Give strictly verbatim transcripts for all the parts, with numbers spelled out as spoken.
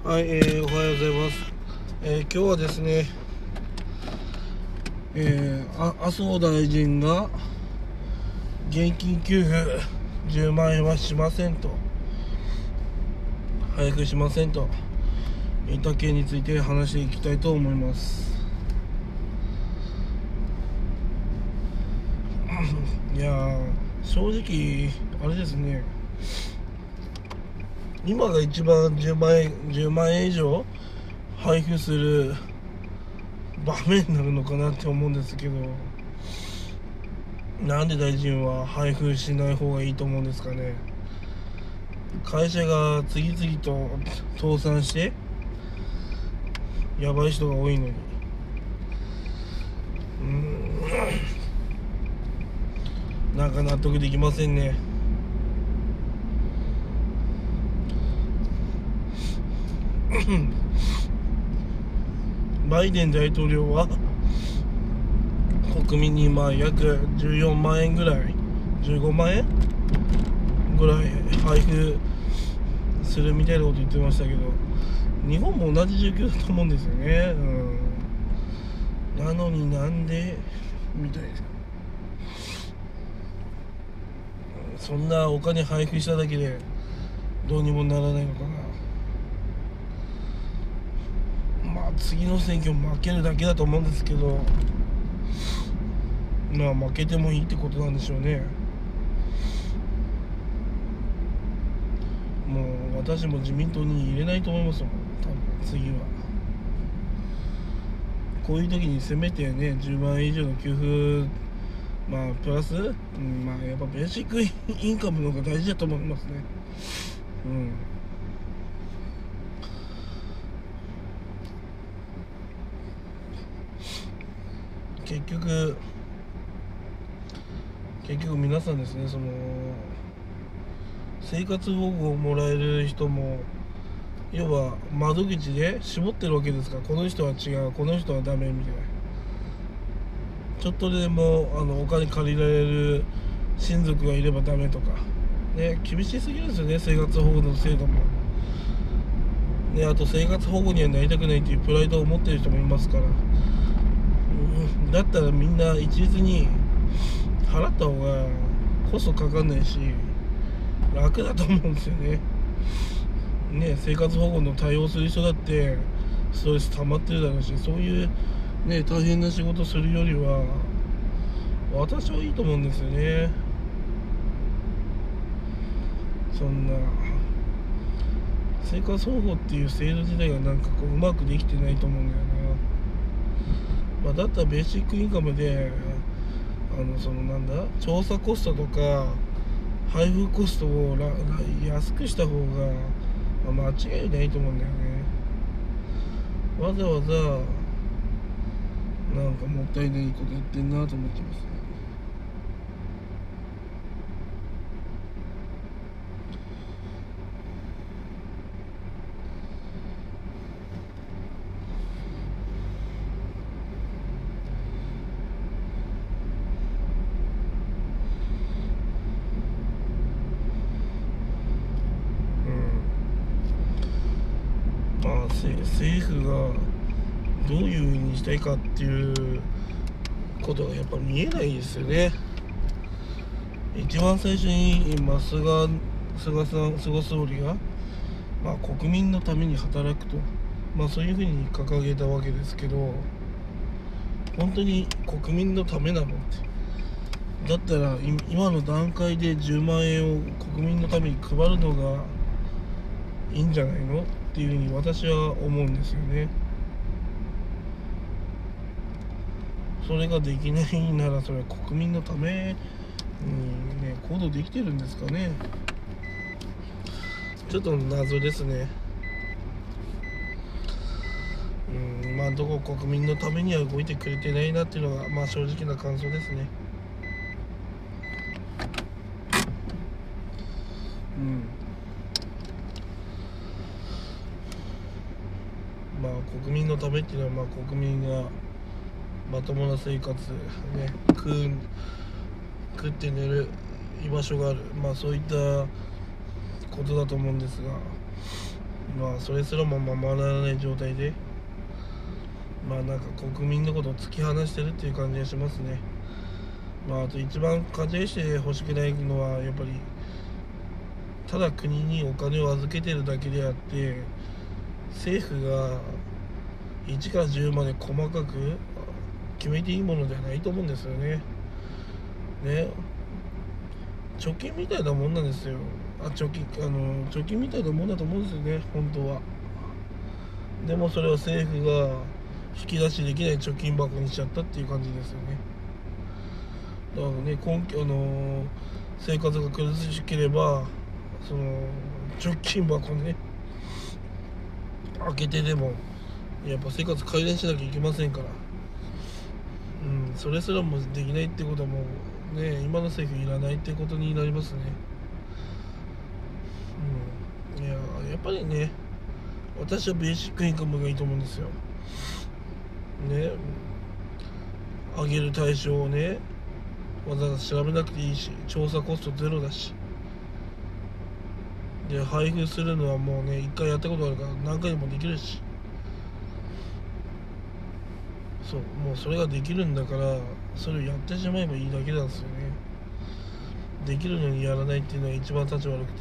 はい、えー、おはようございます。えー、今日はですね、えー、あ麻生大臣が現金給付じゅうまんえんはしませんと、配布しませんといった件について話していきたいと思います。いやー、正直あれですね、今が一番じゅうまんえんじゅうまんえん以上配布する場面になるのかなって思うんですけど、なんで大臣は配布しない方がいいと思うんですかね。会社が次々と倒産してやばい人が多いのに、うーんなんか納得できませんね。バイデン大統領は国民にまあ約じゅうよんまんえんぐらいじゅうごまんえんぐらい配布するみたいなこと言ってましたけど、日本も同じ状況だと思うんですよね、うん、なのになんでみたいな、そんなお金配布しただけでどうにもならないのかな。まあ次の選挙負けるだけだと思うんですけど、まあ負けてもいいってことなんでしょうね。もう私も自民党に入れないと思いますもん、多分次は。こういう時にせめてねじゅうまんえん以上の給付、まあプラス、うん、まあやっぱベーシックインカムの方が大事だと思いますね。うん結局結局皆さんですね、その生活保護をもらえる人も要は窓口で絞ってるわけですから、この人は違う、この人はダメみたいな、ちょっとでもあのお金借りられる親族がいればダメとかね、厳しすぎるんですよね、生活保護の制度もね。あと生活保護にはなりたくないっていうプライドを持ってる人もいますから、うん、だったらみんな一律に払った方がコストかかんないし楽だと思うんですよね。ね、生活保護の対応する人だってストレス溜まってるだろうし、そういうね大変な仕事するよりは私はいいと思うんですよね。そんな生活保護っていう制度自体がなんかこううまくできてないと思うんだよな、まあ、だったらベーシックインカムであのそのなんだ調査コストとか配布コストをらら安くした方が、まあ、間違いないと思うんだよね。わざわざなんかもったいないことやってんなと思ってますね。うんまあ政府がどういう風にしたいかっていうことがやっぱ見えないですよね。一番最初に今菅菅さん菅総理が、まあ、国民のために働くと、まあ、そういうふうに掲げたわけですけど、本当に国民のためなのって、だったら今の段階でじゅうまんえんを国民のために配るのがいいんじゃないのっていうふうに私は思うんですよね。それができないならそれは国民のためにね行動できてるんですかね。ちょっと謎ですね。うんまあどこ国民のためには動いてくれてないなっていうのがまあ正直な感想ですね。うんまあ国民のためっていうのはまあ国民がまともな生活ね、食う食って寝る居場所がある、まあそういったことだと思うんですが、 まあそれすらも守らない状態で、まあなんか国民のことを突き放してるっていう感じがしますね。まああと一番課税してほしくないのはやっぱりただ国にお金を預けてるだけであって、政府がいちからじゅうまで細かく決めていいものではないと思うんですよね。ね、貯金みたいなもんなんですよ。あ貯金あの貯金みたいなもんだと思うんですよね、本当は。でもそれを政府が引き出しできない貯金箱にしちゃったっていう感じですよね。だからね、根あの生活が苦しければその貯金箱ね開けてでもやっぱ生活改善しなきゃいけませんから、うん、それすらもできないってことはもうね、今の政府いらないってことになりますね。うん、いややっぱりね、私はベーシックインカムがいいと思うんですよね。上げる対象をねわざわざ調べなくていいし、調査コストゼロだし、で配布するのはもうね一回やったことあるから何回でもできるし、そうもうそれができるんだからそれをやってしまえばいいだけなんですよね。できるのにやらないっていうのが一番立ち悪くて、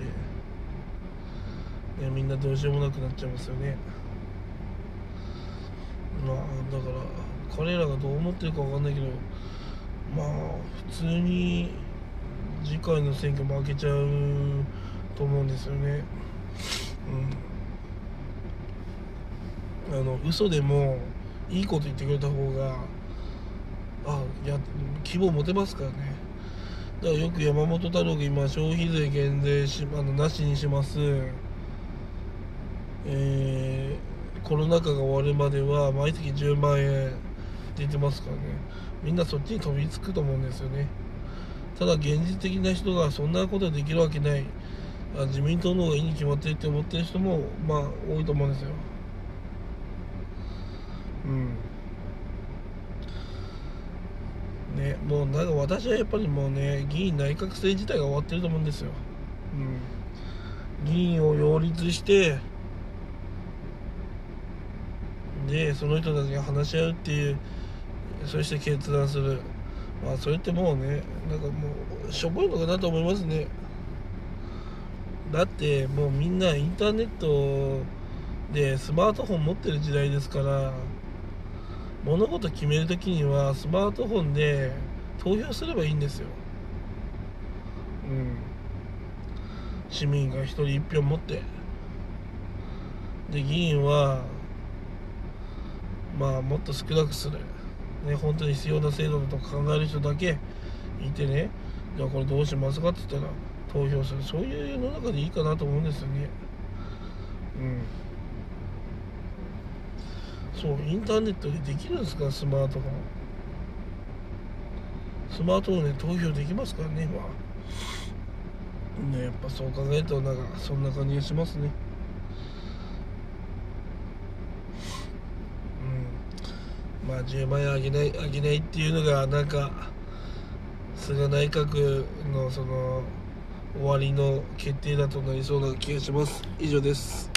ね、みんなどうしようもなくなっちゃいますよね。まあだから彼らがどう思ってるかわかんないけど、まあ普通に次回の選挙負けちゃうと思うんですよね。うん、あの嘘でもいいこと言ってくれた方があや希望持てますからね。だからよく山本太郎が今消費税減税しあのなしにします、えー、コロナ禍が終わるまでは毎月じゅうまんえんって言ってますからね。みんなそっちに飛びつくと思うんですよね。ただ現実的な人がそんなことできるわけない、あ自民党の方がいいに決まってるって思ってる人もまあ多いと思うんですよ。うんね、もうなんか私はやっぱりもうね議員内閣制自体が終わってると思うんですよ。うん、議員を擁立してでその人たちが話し合うっていう、そして決断する、まあそれってもうねなんかもうしょぼいのかなと思いますね。だってもうみんなインターネットでスマートフォン持ってる時代ですから、物事決めるときにはスマートフォンで投票すればいいんですよ。うん、市民がひとりいち票持って、で議員はまあもっと少なくする、ね、本当に必要な制度だと考える人だけいてね、じゃあこれどうしますかって言ったら投票する、そういう世の中でいいかなと思うんですよね。うん、そうインターネットでできるんですか、スマートフォンスマートフォンで投票できますからね今ね。やっぱそう考えるとなんかそんな感じがしますね。うん、まあじゅうまんえんあげないあげないっていうのがなんか菅内閣のその終わりの決定だとなりそうな気がします。以上です。